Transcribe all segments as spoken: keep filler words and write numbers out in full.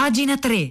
Pagina tre.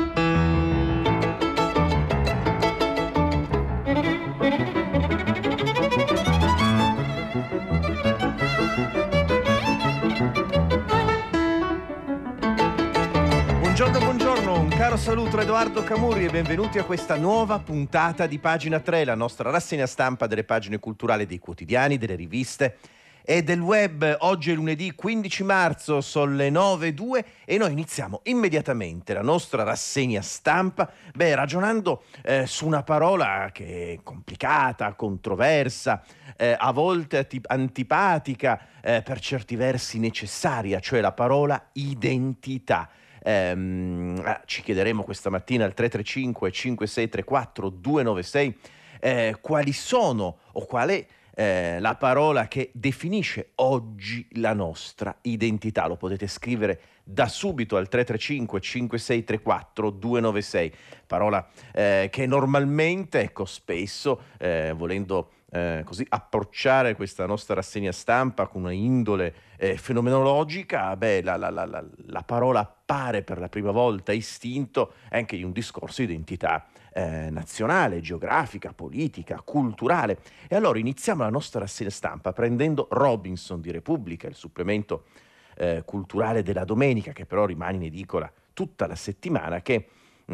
Buongiorno, buongiorno, un caro saluto a Edoardo Camurri e benvenuti a questa nuova puntata di Pagina tre, la nostra rassegna stampa delle pagine culturali dei quotidiani, delle riviste e del web. Oggi è lunedì quindici marzo, sono le nove e due e noi iniziamo immediatamente la nostra rassegna stampa, beh, ragionando eh, su una parola che è complicata, controversa, eh, a volte atip- antipatica, eh, per certi versi necessaria, cioè la parola identità. Ehm, ah, ci chiederemo questa mattina al tre tre cinque cinque sei tre quattro due nove sei eh, quali sono o qual è eh, la parola che definisce oggi la nostra identità. Lo potete scrivere da subito al tre tre cinque cinque sei tre quattro due nove sei, parola eh, che normalmente, ecco, spesso eh, volendo eh, così approcciare questa nostra rassegna stampa con una indole eh, fenomenologica, beh, la, la, la, la, la parola appare per la prima volta istinto anche in un discorso di identità eh, nazionale, geografica, politica, culturale. E allora iniziamo la nostra rassegna stampa prendendo Robinson di Repubblica, il supplemento eh, culturale della domenica, che però rimane in edicola tutta la settimana, che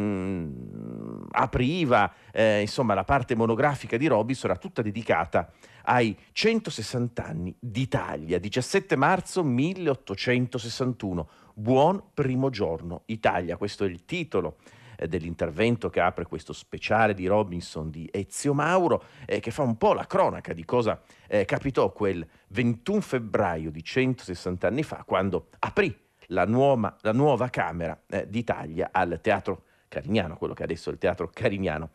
Mm, apriva, eh, insomma, la parte monografica di Robinson era tutta dedicata ai centosessanta anni d'Italia, diciassette marzo milleottocentosessantuno, buon primo giorno Italia. Questo è il titolo eh, dell'intervento che apre questo speciale di Robinson di Ezio Mauro, eh, che fa un po' la cronaca di cosa eh, capitò quel ventuno febbraio di centosessanta anni fa, quando aprì la nuova, la nuova Camera eh, d'Italia al Teatro Carignano, quello che adesso è il Teatro Carignano,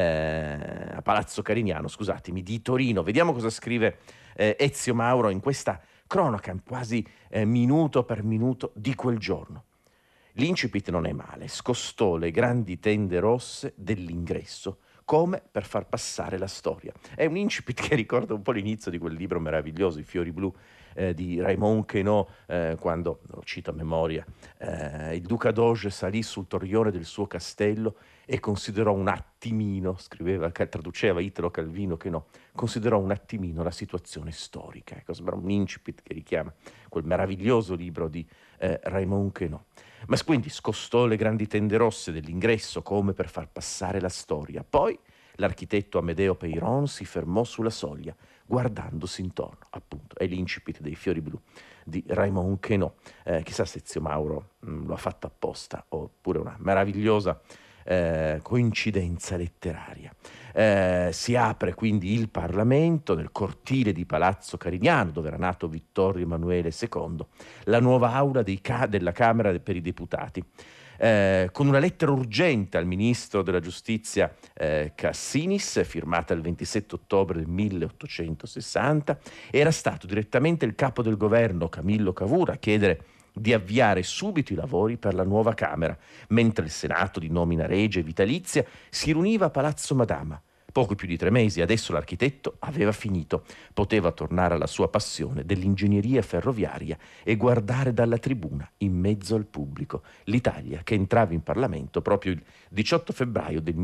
eh, a Palazzo Carignano, scusatemi, di Torino. Vediamo cosa scrive eh, Ezio Mauro in questa cronaca, quasi eh, minuto per minuto di quel giorno. L'incipit non è male, scostò le grandi tende rosse dell'ingresso come per far passare la storia. È un incipit che ricorda un po' l'inizio di quel libro meraviglioso, I fiori blu, eh, di Raymond Queneau, eh, quando, lo cito a memoria, eh, il duca Doge salì sul torrione del suo castello e considerò un attimino, scriveva, traduceva Italo Calvino Queneau, considerò un attimino la situazione storica. Ecco, sembra un incipit che richiama quel meraviglioso libro di eh, Raymond Queneau. Ma quindi scostò le grandi tende rosse dell'ingresso come per far passare la storia. Poi l'architetto Amedeo Peyron si fermò sulla soglia, guardandosi intorno. Appunto, è l'incipit dei fiori blu di Raymond Queneau. Eh, chissà se Ezio Mauro mh, lo ha fatto apposta, oppure una meravigliosa eh, coincidenza letteraria. Eh, si apre quindi il Parlamento nel cortile di Palazzo Carignano, dove era nato Vittorio Emanuele secondo, la nuova aula dei ca- della Camera per i Deputati. Eh, con una lettera urgente al ministro della giustizia eh, Cassinis, firmata il ventisette ottobre del milleottocentosessanta, era stato direttamente il capo del governo Camillo Cavour a chiedere di avviare subito i lavori per la nuova Camera, mentre il Senato di nomina regia vitalizia si riuniva a Palazzo Madama. Poco più di tre mesi, adesso l'architetto aveva finito, poteva tornare alla sua passione dell'ingegneria ferroviaria e guardare dalla tribuna, in mezzo al pubblico, l'Italia che entrava in Parlamento proprio il diciotto febbraio del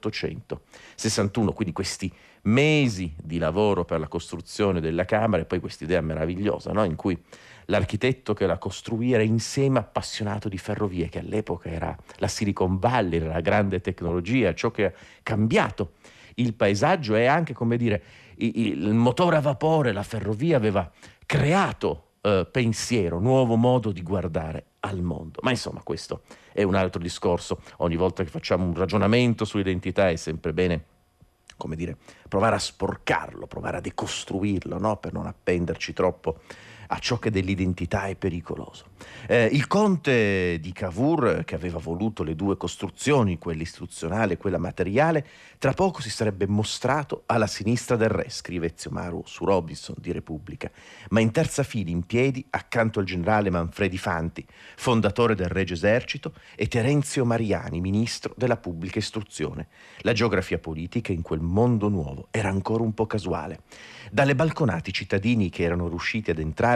milleottocentosessantuno, quindi questi mesi di lavoro per la costruzione della Camera e poi questa idea meravigliosa, no? In cui l'architetto che la costruì era insieme appassionato di ferrovie, che all'epoca era la Silicon Valley, era la grande tecnologia, ciò che ha cambiato il paesaggio e anche, come dire, il motore a vapore, la ferrovia aveva creato eh, pensiero, nuovo modo di guardare al mondo. Ma insomma, questo è un altro discorso. Ogni volta che facciamo un ragionamento sull'identità è sempre bene, come dire, provare a sporcarlo, provare a decostruirlo, no? Per non appenderci troppo a ciò che dell'identità è pericoloso. Eh, il conte di Cavour, che aveva voluto le due costruzioni, quella istituzionale e quella materiale, tra poco si sarebbe mostrato alla sinistra del re, scrive Ezio Mauro su Robinson di Repubblica, ma in terza fila in piedi accanto al generale Manfredi Fanti, fondatore del Regio Esercito, e Terenzio Mariani, ministro della pubblica istruzione. La geografia politica in quel mondo nuovo era ancora un po' casuale. Dalle balconate i cittadini che erano riusciti ad entrare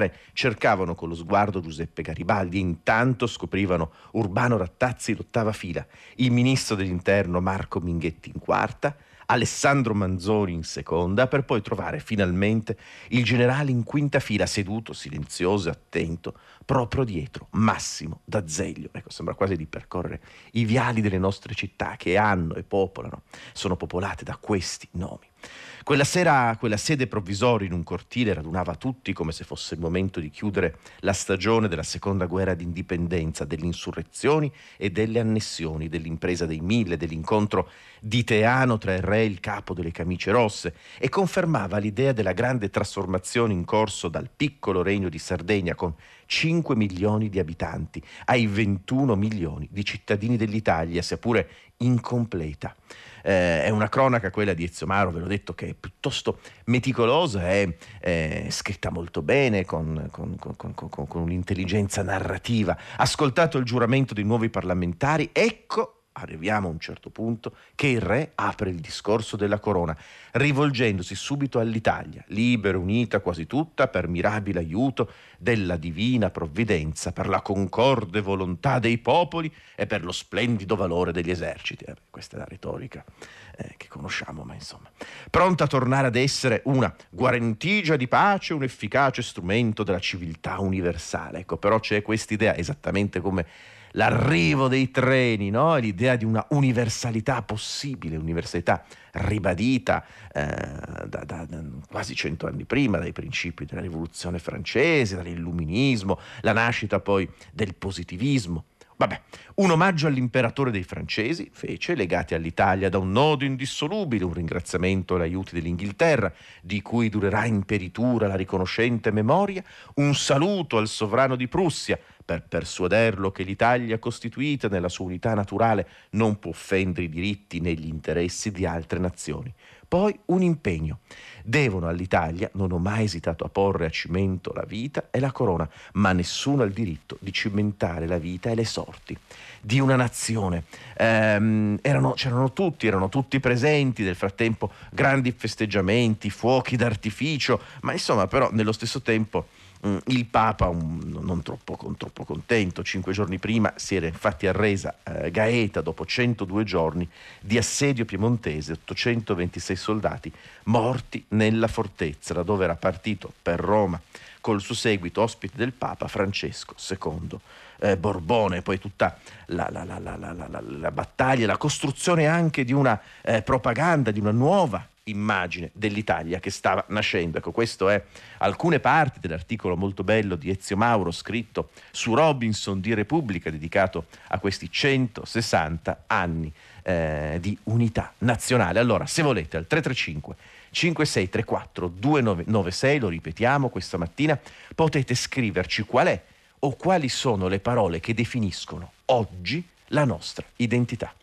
parlamentare cercavano con lo sguardo Giuseppe Garibaldi e intanto scoprivano Urbano Rattazzi in ottava fila, il ministro dell'interno Marco Minghetti in quarta, Alessandro Manzoni in seconda, per poi trovare finalmente il generale in quinta fila, seduto, silenzioso e attento, proprio dietro Massimo d'Azeglio. Ecco, sembra quasi di percorrere i viali delle nostre città che hanno e popolano, sono popolate da questi nomi. Quella sera, quella sede provvisoria in un cortile radunava tutti come se fosse il momento di chiudere la stagione della seconda guerra d'indipendenza, delle insurrezioni e delle annessioni, dell'impresa dei mille, dell'incontro di Teano tra il re e il capo delle camicie rosse, e confermava l'idea della grande trasformazione in corso dal piccolo regno di Sardegna con cinque milioni di abitanti ai ventuno milioni di cittadini dell'Italia, sia pure incompleta. Eh, è una cronaca quella di Ezio Mauro, ve l'ho detto, che è piuttosto meticolosa, è, è scritta molto bene, con, con, con, con, con, con un'intelligenza narrativa. Ascoltato il giuramento dei nuovi parlamentari, ecco, arriviamo a un certo punto, che il re apre il discorso della corona, rivolgendosi subito all'Italia, libera, unita quasi tutta per mirabile aiuto della divina provvidenza, per la concorde volontà dei popoli e per lo splendido valore degli eserciti. Eh, questa è la retorica eh, che conosciamo, ma insomma. Pronta a tornare ad essere una guarentigia di pace, un efficace strumento della civiltà universale. Ecco, però c'è quest'idea, esattamente come l'arrivo dei treni, no? L'idea di una universalità possibile, universalità ribadita eh, da, da, da quasi cento anni prima, dai principi della rivoluzione francese, dall'illuminismo, la nascita poi del positivismo. Vabbè, un omaggio all'imperatore dei francesi fece, legati all'Italia da un nodo indissolubile, un ringraziamento agli aiuti dell'Inghilterra, di cui durerà in peritura la riconoscente memoria, un saluto al sovrano di Prussia, per persuaderlo che l'Italia costituita nella sua unità naturale non può offendere i diritti né gli interessi di altre nazioni. Poi un impegno. Devono all'Italia, non ho mai esitato a porre a cimento la vita e la corona, ma nessuno ha il diritto di cimentare la vita e le sorti di una nazione. Ehm, erano, c'erano tutti, erano tutti presenti, nel frattempo grandi festeggiamenti, fuochi d'artificio, ma insomma però nello stesso tempo il Papa, un, non troppo, con, troppo contento, cinque giorni prima si era infatti arresa eh, Gaeta dopo centodue giorni di assedio piemontese, ottocentoventisei soldati morti nella fortezza, da dove era partito per Roma col suo seguito, ospite del Papa Francesco secondo eh, Borbone. Poi tutta la, la, la, la, la, la, la battaglia, la costruzione anche di una eh, propaganda, di una nuova immagine dell'Italia che stava nascendo. Ecco, questo è alcune parti dell'articolo molto bello di Ezio Mauro scritto su Robinson di Repubblica, dedicato a questi centosessanta anni eh, di unità nazionale. Allora, se volete, al tre tre cinque cinque sei tre quattro due nove nove sei, lo ripetiamo questa mattina, potete scriverci qual è o quali sono le parole che definiscono oggi la nostra identità.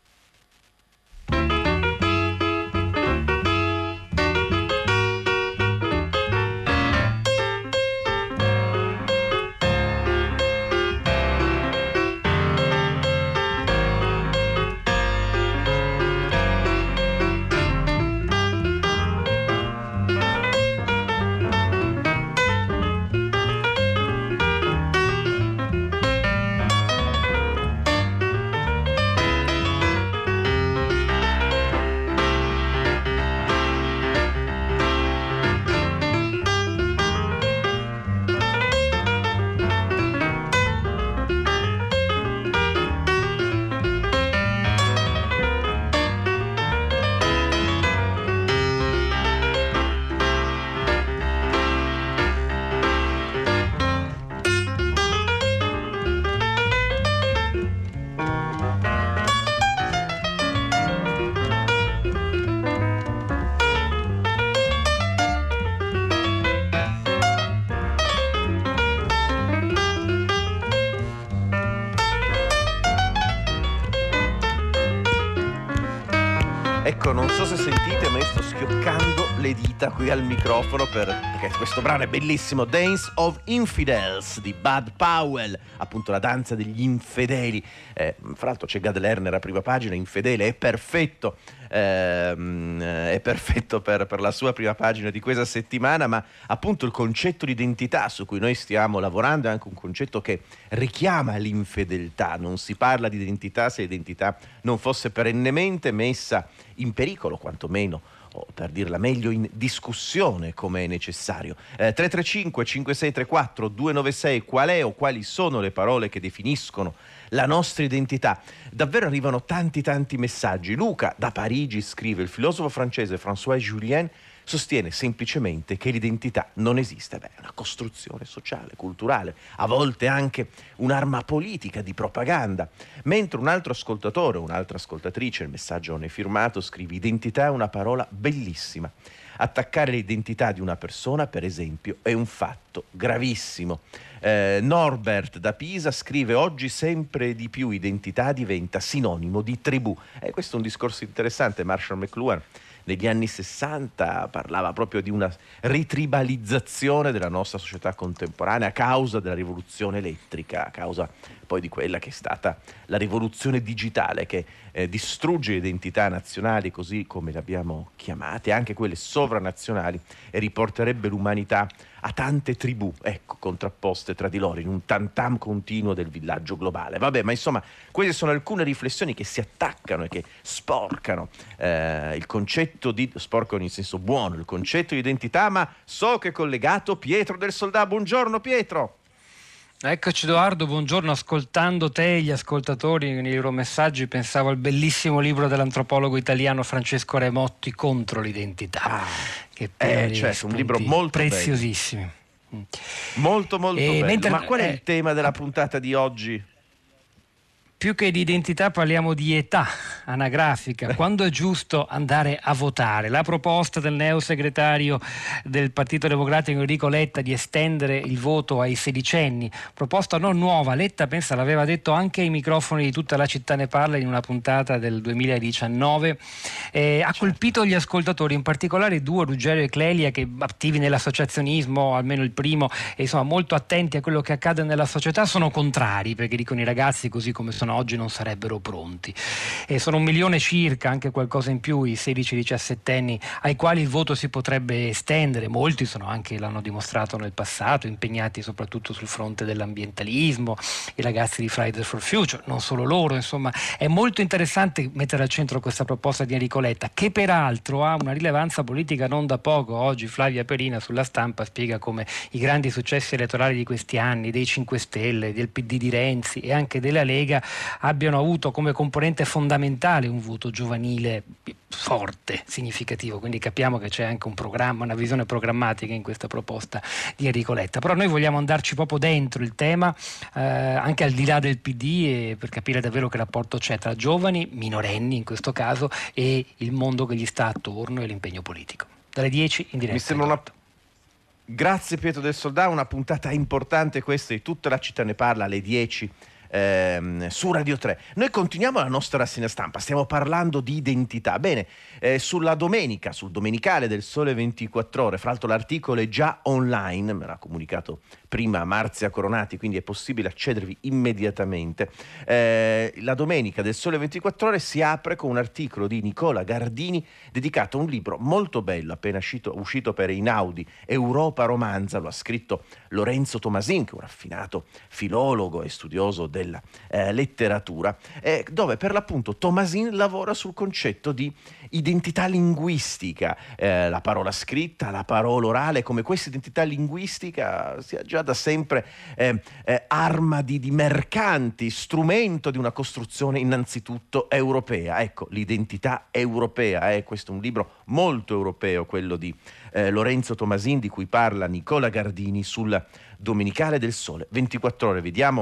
Ecco, non so se sentite, ma io sto schioccando le dita qui al microfono per, perché questo brano è bellissimo. Dance of Infidels di Bud Powell, appunto la danza degli infedeli. Eh, fra l'altro c'è Gad Lerner a prima pagina, infedele, è perfetto. Ehm, è perfetto per, per la sua prima pagina di questa settimana, ma appunto il concetto di identità su cui noi stiamo lavorando è anche un concetto che richiama l'infedeltà. Non si parla di identità se l'identità non fosse perennemente messa in pericolo, quantomeno, o per dirla meglio, in discussione come è necessario. eh, tre tre cinque cinque sei tre quattro due nove sei, qual è o quali sono le parole che definiscono la nostra identità? Davvero arrivano tanti tanti messaggi. Luca da Parigi scrive: il filosofo francese François Julien sostiene semplicemente che l'identità non esiste. Beh, è una costruzione sociale, culturale, a volte anche un'arma politica di propaganda. Mentre un altro ascoltatore, un'altra ascoltatrice, il messaggio non è firmato, scrive: identità è una parola bellissima. Attaccare l'identità di una persona, per esempio, è un fatto gravissimo. Eh, Norbert da Pisa scrive: oggi sempre di più identità diventa sinonimo di tribù. E eh, questo è un discorso interessante. Marshall McLuhan negli anni sessanta parlava proprio di una ritribalizzazione della nostra società contemporanea a causa della rivoluzione elettrica, a causa poi di quella che è stata la rivoluzione digitale, che eh, distrugge le identità nazionali così come le abbiamo chiamate, anche quelle sovranazionali, e riporterebbe l'umanità a tante tribù, ecco, contrapposte tra di loro in un tantam continuo del villaggio globale. Vabbè, ma insomma, queste sono alcune riflessioni che si attaccano e che sporcano eh, il concetto di, sporcano in senso buono, il concetto di identità, ma so che è collegato Pietro del Soldà. Buongiorno Pietro. Eccoci Edoardo, buongiorno. Ascoltando te e gli ascoltatori nei loro messaggi pensavo al bellissimo libro dell'antropologo italiano Francesco Remotti, Contro l'identità, Ah, che è eh, certo, un libro molto preziosissimo, bello. molto molto e bello. Mentre, ma qual è eh, il tema della puntata di oggi? Più che di identità parliamo di età anagrafica. Quando è giusto andare a votare? La proposta del neosegretario del Partito Democratico Enrico Letta di estendere il voto ai sedicenni, proposta non nuova. Letta, pensa, l'aveva detto anche ai microfoni di Tutta la città ne parla in una puntata del duemiladiciannove. Eh, ha colpito gli ascoltatori, in particolare due, Ruggero e Clelia, che attivi nell'associazionismo, almeno il primo, e insomma molto attenti a quello che accade nella società, sono contrari, perché dicono i ragazzi così come sono oggi non sarebbero pronti. E sono un milione circa, anche qualcosa in più, i sedici diciassettenni ai quali il voto si potrebbe estendere. Molti sono anche, l'hanno dimostrato nel passato, impegnati soprattutto sul fronte dell'ambientalismo, i ragazzi di Fridays for Future, non solo loro. Insomma, è molto interessante mettere al centro questa proposta di Enrico Letta, che peraltro ha una rilevanza politica non da poco. Oggi Flavia Perina sulla Stampa spiega come i grandi successi elettorali di questi anni, dei cinque Stelle, del P D di Renzi e anche della Lega, abbiano avuto come componente fondamentale un voto giovanile forte, significativo. Quindi capiamo che c'è anche un programma, una visione programmatica in questa proposta di Enrico Letta. Però noi vogliamo andarci proprio dentro il tema, eh, anche al di là del P D, e per capire davvero che rapporto c'è tra giovani, minorenni in questo caso, e il mondo che gli sta attorno e l'impegno politico. Dalle dieci in diretta. Mi sembra una... Grazie Pietro del Soldà, una puntata importante questa di Tutta la città ne parla alle dieci. Ehm, su Radio tre. Noi continuiamo la nostra rassegna stampa, stiamo parlando di identità. Bene, eh, sulla domenica, sul domenicale del Sole ventiquattro Ore, fra l'altro l'articolo è già online, me l'ha comunicato prima Marzia Coronati, quindi è possibile accedervi immediatamente. Eh, la domenica del Sole ventiquattro Ore si apre con un articolo di Nicola Gardini dedicato a un libro molto bello, appena uscito, uscito per Einaudi, Europa Romanza. Lo ha scritto Lorenzo Tomasin, che è un raffinato filologo e studioso della eh, letteratura, eh, dove per l'appunto Tomasin lavora sul concetto di identità linguistica, eh, la parola scritta, la parola orale, come questa identità linguistica sia già da sempre eh, eh, arma di, di mercanti, strumento di una costruzione innanzitutto europea. Ecco, l'identità europea, eh, questo è un libro molto europeo, quello di eh, Lorenzo Tomasin, di cui parla Nicola Gardini sul Domenicale del Sole ventiquattro Ore. Vediamo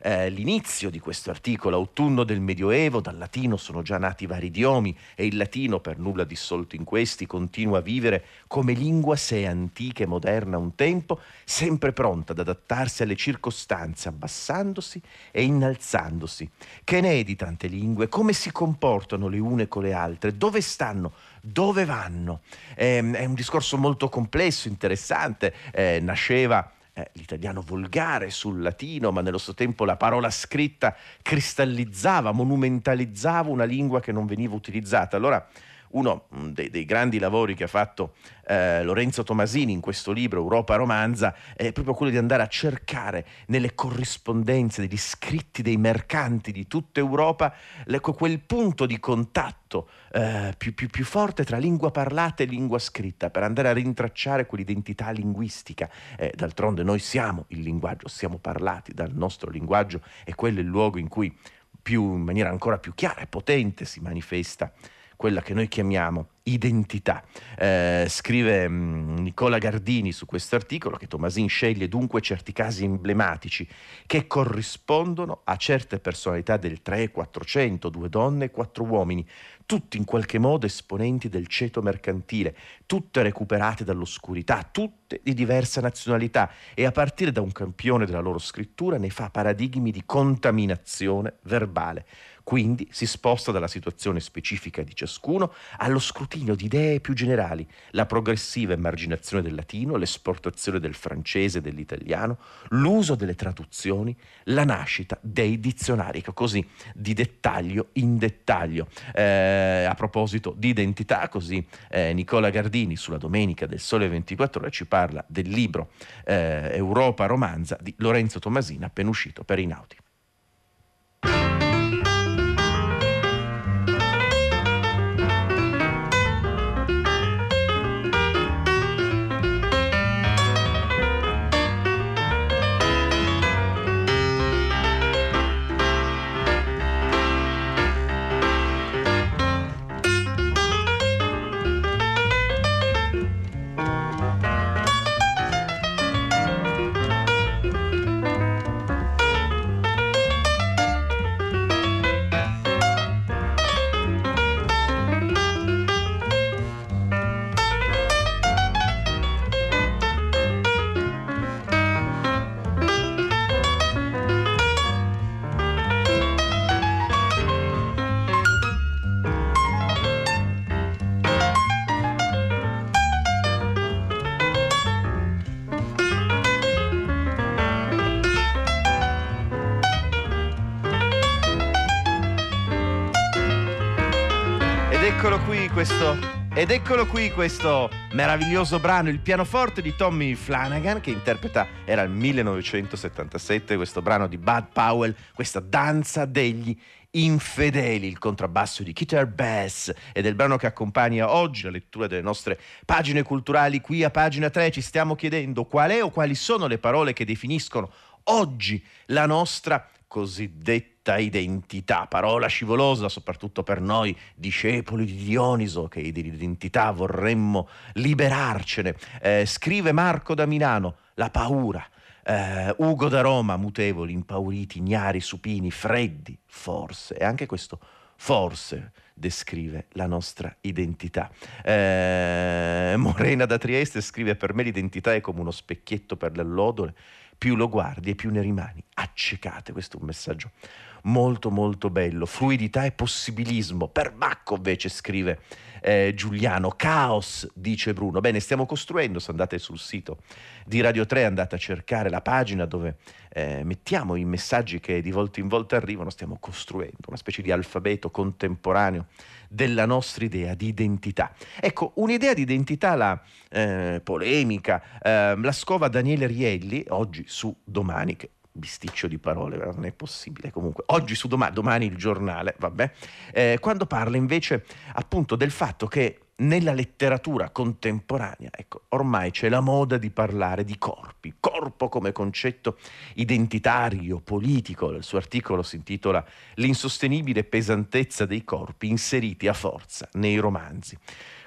eh, l'inizio di questo articolo, autunno del Medioevo, dal latino sono già nati vari idiomi e il latino, per nulla dissolto in questi, continua a vivere come lingua se è antica e moderna a un tempo, sempre pronta ad adattarsi alle circostanze, abbassandosi e innalzandosi. Che ne è di tante lingue? Come si comportano le une con le altre? Dove stanno? Dove vanno? Eh, è un discorso molto complesso, interessante, eh, nasceva Eh, l'italiano volgare sul latino, ma nello stesso tempo la parola scritta cristallizzava, monumentalizzava una lingua che non veniva utilizzata. Allora uno dei, dei grandi lavori che ha fatto eh, Lorenzo Tomasini in questo libro Europa Romanza è proprio quello di andare a cercare nelle corrispondenze degli scritti dei mercanti di tutta Europa le, quel punto di contatto eh, più, più, più forte tra lingua parlata e lingua scritta, per andare a rintracciare quell'identità linguistica. Eh, d'altronde noi siamo il linguaggio, siamo parlati dal nostro linguaggio, e quello è il luogo in cui più, in maniera ancora più chiara e potente si manifesta quella che noi chiamiamo identità. Eh, scrive mh, Nicola Gardini su questo articolo che Tomasin sceglie dunque certi casi emblematici che corrispondono a certe personalità del tre quattrocento, due donne e quattro uomini, tutti in qualche modo esponenti del ceto mercantile, tutte recuperate dall'oscurità, tutte di diversa nazionalità, e a partire da un campione della loro scrittura ne fa paradigmi di contaminazione verbale. Quindi si sposta dalla situazione specifica di ciascuno allo scrutinio di idee più generali, la progressiva emarginazione del latino, l'esportazione del francese e dell'italiano, l'uso delle traduzioni, la nascita dei dizionari, così di dettaglio in dettaglio. Eh, a proposito di identità, così eh, Nicola Gardini sulla Domenica del Sole ventiquattro Ore ci parla del libro eh, Europa Romanza di Lorenzo Tomasini, appena uscito per Einaudi. Ed eccolo qui questo, ed eccolo qui questo meraviglioso brano, il pianoforte di Tommy Flanagan, che interpreta, era il millenovecentosettantasette, questo brano di Bud Powell, questa danza degli infedeli, il contrabbasso di Guitar Bass, ed è il brano che accompagna oggi la lettura delle nostre pagine culturali qui a Pagina tre. Ci stiamo chiedendo qual è o quali sono le parole che definiscono oggi la nostra cosiddetta identità, parola scivolosa soprattutto per noi discepoli di Dioniso, che di identità vorremmo liberarcene. Eh, scrive Marco da Milano, la paura. Eh, Ugo da Roma, mutevoli, impauriti, ignari, supini, freddi, forse. E anche questo forse descrive la nostra identità. Eh, Morena da Trieste scrive: per me l'identità è come uno specchietto per l'allodole, più lo guardi e più ne rimani accecate. Questo è un messaggio molto molto bello. Fluidità e possibilismo. Per Bacco invece scrive eh, Giuliano. Caos, dice Bruno. Bene, stiamo costruendo, se andate sul sito di Radio tre andate a cercare la pagina dove eh, mettiamo i messaggi che di volta in volta arrivano. Stiamo costruendo una specie di alfabeto contemporaneo della nostra idea di identità. Ecco, un'idea di identità, la eh, polemica, eh, la scova Daniele Rielli, oggi su Domani, che bisticcio di parole, non è possibile, comunque, oggi su Domani, domani il giornale, vabbè, eh, quando parla invece appunto del fatto che nella letteratura contemporanea, ecco, ormai c'è la moda di parlare di corpi, corpo come concetto identitario, politico. Il suo articolo si intitola L'insostenibile pesantezza dei corpi inseriti a forza nei romanzi.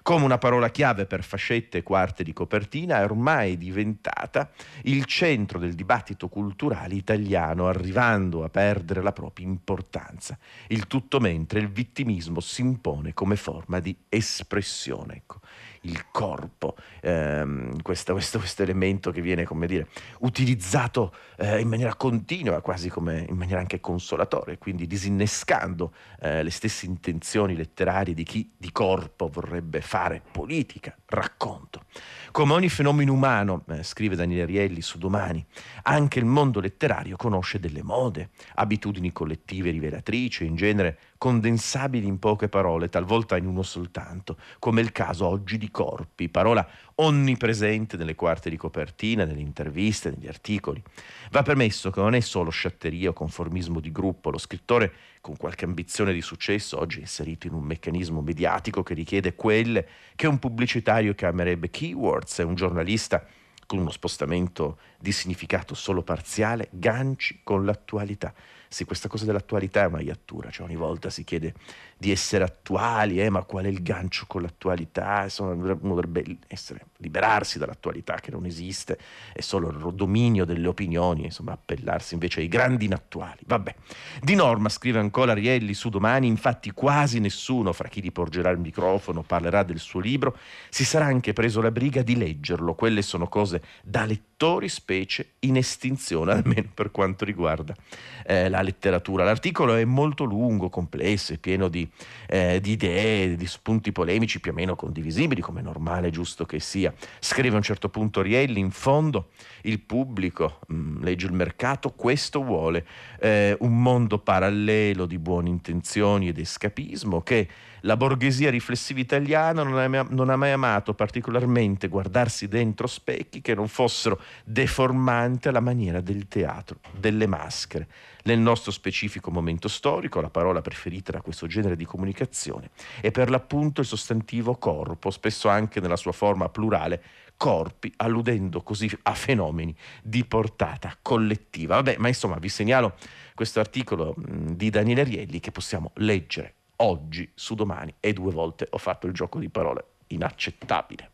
come una parola chiave per fascette e quarte di copertina, è ormai diventata il centro del dibattito culturale italiano, arrivando a perdere la propria importanza. Il tutto mentre il vittimismo si impone come forma di espressione. Ecco, il corpo, ehm, questo, questo, questo elemento che viene, come dire, utilizzato eh, in maniera continua, quasi come in maniera anche consolatoria, quindi disinnescando eh, le stesse intenzioni letterarie di chi di corpo vorrebbe fare politica, racconto. Come ogni fenomeno umano, eh, scrive Daniele Ariely su Domani, anche il mondo letterario conosce delle mode, abitudini collettive rivelatrici, in genere condensabili in poche parole, talvolta in uno soltanto, come il caso oggi di Corpi, parola onnipresente nelle quarte di copertina, nelle interviste, negli articoli. Va permesso che non è solo sciatteria o conformismo di gruppo, lo scrittore con qualche ambizione di successo oggi è inserito in un meccanismo mediatico che richiede quelle che un pubblicitario chiamerebbe keywords e un giornalista con uno spostamento di significato solo parziale, ganci con l'attualità. Sì, questa cosa dell'attualità è una iattura, cioè ogni volta si chiede di essere attuali, eh, ma qual è il gancio con l'attualità? Insomma, uno dovrebbe essere, liberarsi dall'attualità che non esiste, è solo il dominio delle opinioni, insomma, appellarsi invece ai grandi inattuali. Vabbè. Di norma, scrive ancora Ariely su Domani, infatti quasi nessuno fra chi gli porgerà il microfono parlerà del suo libro, si sarà anche preso la briga di leggerlo. Quelle sono cose da lettori, specie in estinzione, almeno per quanto riguarda eh, la letteratura. L'articolo è molto lungo, complesso, è pieno di, eh, di idee, di spunti polemici più o meno condivisibili, come è normale e giusto che sia. Scrive a un certo punto Ariely, in fondo il pubblico, mh, legge il mercato, questo vuole, eh, un mondo parallelo di buone intenzioni ed escapismo che la borghesia riflessiva italiana non ha, mai, non ha mai amato particolarmente guardarsi dentro specchi che non fossero deformanti alla maniera del teatro, delle maschere. Nel nostro specifico momento storico, la parola preferita da questo genere di comunicazione è per l'appunto il sostantivo corpo, spesso anche nella sua forma plurale, corpi, alludendo così a fenomeni di portata collettiva. Vabbè, ma insomma vi segnalo questo articolo mh, di Daniele Ariely che possiamo leggere oggi su Domani, e due volte ho fatto il gioco di parole inaccettabile.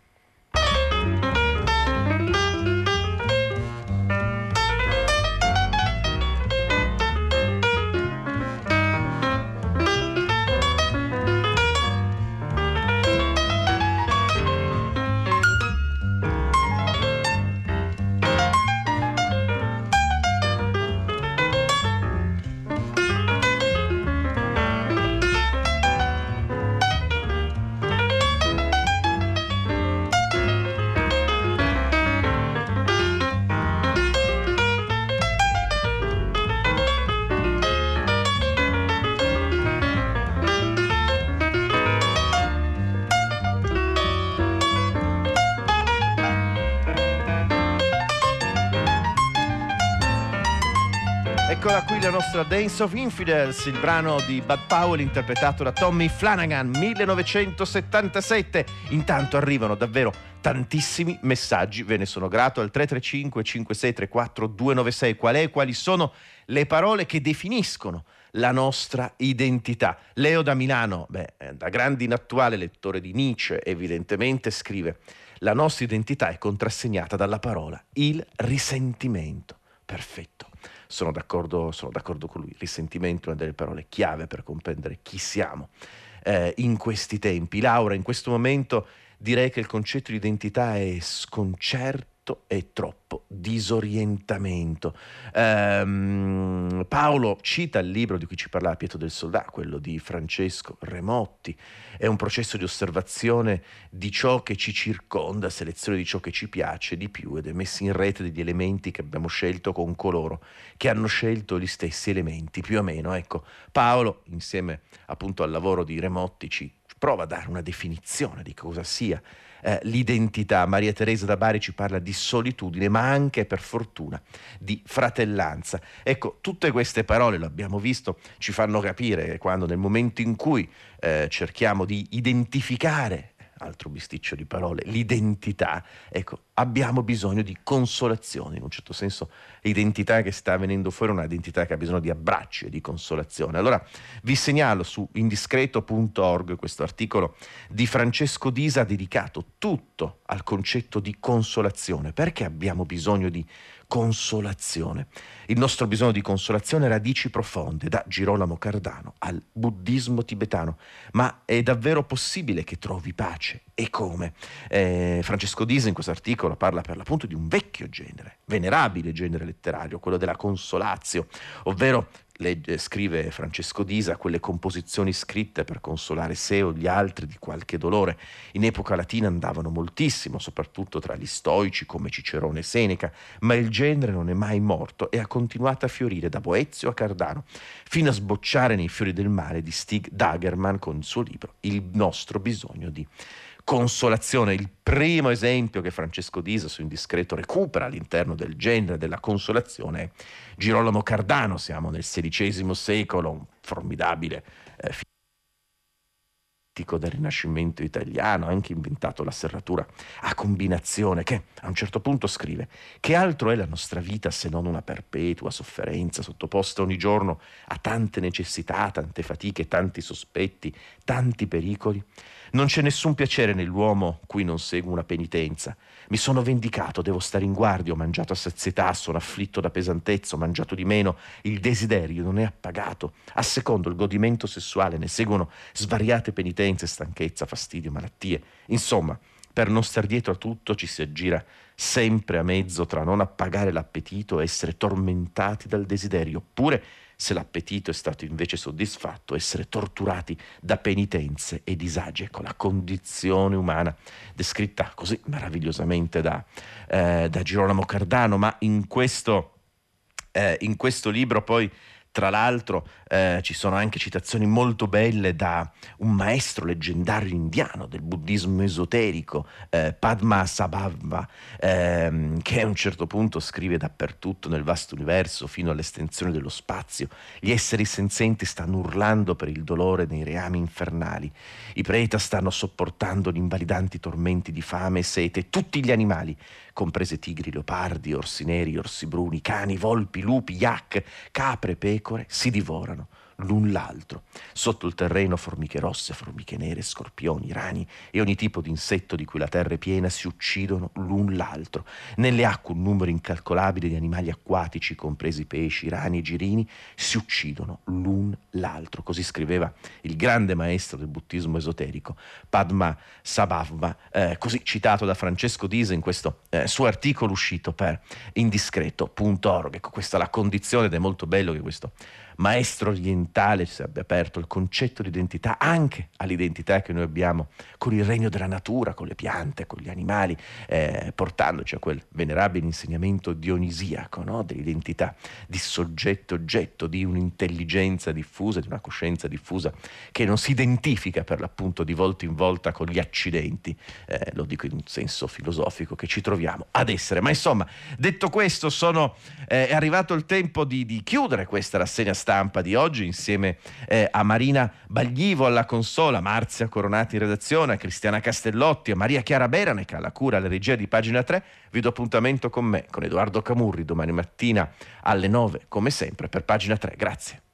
Eccola qui la nostra Dance of Infidels, il brano di Bud Powell interpretato da Tommy Flanagan, millenovecentosettantasette. Intanto arrivano davvero tantissimi messaggi, ve ne sono grato, al tre tre cinque cinque sei tre quattro due nove sei. Qual è, quali sono le parole che definiscono la nostra identità? Leo da Milano, beh, da grande inattuale lettore di Nietzsche, evidentemente, scrive: la nostra identità è contrassegnata dalla parola il risentimento. Perfetto. Sono d'accordo, sono d'accordo con lui. Risentimento è una delle parole chiave per comprendere chi siamo eh, in questi tempi. Laura, in questo momento direi che il concetto di identità è sconcerto e troppo disorientamento. Ehm, Paolo cita il libro di cui ci parlava Pietro del Soldà, quello di Francesco Remotti. È un processo di osservazione di ciò che ci circonda, selezione di ciò che ci piace di più, ed è messo in rete degli elementi che abbiamo scelto con coloro che hanno scelto gli stessi elementi, più o meno. Ecco, Paolo, insieme appunto al lavoro di Remotti, ci prova a dare una definizione di cosa sia eh, l'identità. Maria Teresa da Bari ci parla di solitudine, ma anche, per fortuna, di fratellanza. Ecco, tutte queste parole, lo abbiamo visto, ci fanno capire quando, nel momento in cui eh, cerchiamo di identificare, altro bisticcio di parole, l'identità, ecco, abbiamo bisogno di consolazione. In un certo senso l'identità che sta venendo fuori è una identità che ha bisogno di abbracci e di consolazione. Allora vi segnalo su indiscreto punto org questo articolo di Francesco Disa dedicato tutto al concetto di consolazione. Perché abbiamo bisogno di consolazione? Il nostro bisogno di consolazione ha radici profonde, da Girolamo Cardano al buddismo tibetano. Ma è davvero possibile che trovi pace? E come? Eh, Francesco Disa in questo articolo parla per l'appunto di un vecchio genere, venerabile genere letterario, quello della consolatio, ovvero legge, scrive Francesco Disa, quelle composizioni scritte per consolare sé o gli altri di qualche dolore. In epoca latina andavano moltissimo, soprattutto tra gli stoici come Cicerone e Seneca, ma il genere non è mai morto e ha continuato a fiorire da Boezio a Cardano, fino a sbocciare nei fiori del mare di Stig Dagerman con il suo libro Il nostro bisogno di consolazione. Il primo esempio che Francesco Disa su Indiscreto recupera all'interno del genere della consolazione è Girolamo Cardano. Siamo nel sedicesimo secolo, un formidabile eh, del Rinascimento italiano, ha anche inventato la serratura a combinazione, che a un certo punto scrive: che altro è la nostra vita se non una perpetua sofferenza sottoposta ogni giorno a tante necessità, tante fatiche, tanti sospetti, tanti pericoli? Non c'è nessun piacere nell'uomo cui non segue una penitenza. Mi sono vendicato, devo stare in guardia, ho mangiato a sazietà, sono afflitto da pesantezza, ho mangiato di meno, il desiderio non è appagato. A secondo il godimento sessuale ne seguono svariate penitenze, stanchezza, fastidio, malattie. Insomma, per non star dietro a tutto ci si aggira sempre a mezzo tra non appagare l'appetito e essere tormentati dal desiderio, oppure, se l'appetito è stato invece soddisfatto, essere torturati da penitenze e disagi. Ecco la condizione umana descritta così meravigliosamente da, eh, da Girolamo Cardano. Ma in questo, eh, in questo libro poi, tra l'altro, eh, ci sono anche citazioni molto belle da un maestro leggendario indiano del buddismo esoterico, eh, Padmasambhava, ehm, che a un certo punto scrive: dappertutto nel vasto universo, fino all'estensione dello spazio, gli esseri senzienti stanno urlando per il dolore nei reami infernali. I preta stanno sopportando gli invalidanti tormenti di fame e sete. Tutti gli animali, comprese tigri, leopardi, orsi neri, orsi bruni, cani, volpi, lupi, yak, capre, pecore, si divorano l'un l'altro. Sotto il terreno formiche rosse, formiche nere, scorpioni, rani e ogni tipo di insetto di cui la terra è piena si uccidono l'un l'altro. Nelle acque un numero incalcolabile di animali acquatici, compresi pesci, rani e girini, si uccidono l'un l'altro. Così scriveva il grande maestro del buddismo esoterico, Padmasambhava, eh, così citato da Francesco Disa in questo eh, suo articolo uscito per indiscreto punto org. Ecco, questa è la condizione, ed è molto bello che questo maestro orientale ci abbia aperto il concetto di identità anche all'identità che noi abbiamo con il regno della natura, con le piante, con gli animali, eh, portandoci a quel venerabile insegnamento dionisiaco, no? Dell'identità di soggetto-oggetto, di un'intelligenza diffusa, di una coscienza diffusa che non si identifica per l'appunto di volta in volta con gli accidenti, eh, lo dico in un senso filosofico, che ci troviamo ad essere. Ma insomma, detto questo, sono, eh, è arrivato il tempo di, di chiudere questa rassegna stampa di oggi insieme eh, a Marina Baglivo alla consola, a Marzia Coronati in redazione, a Cristiana Castellotti, a Maria Chiara Beranec alla cura, alla regia di Pagina tre. Vi do appuntamento con me, con Edoardo Camurri, domani mattina alle nove come sempre per Pagina tre. Grazie.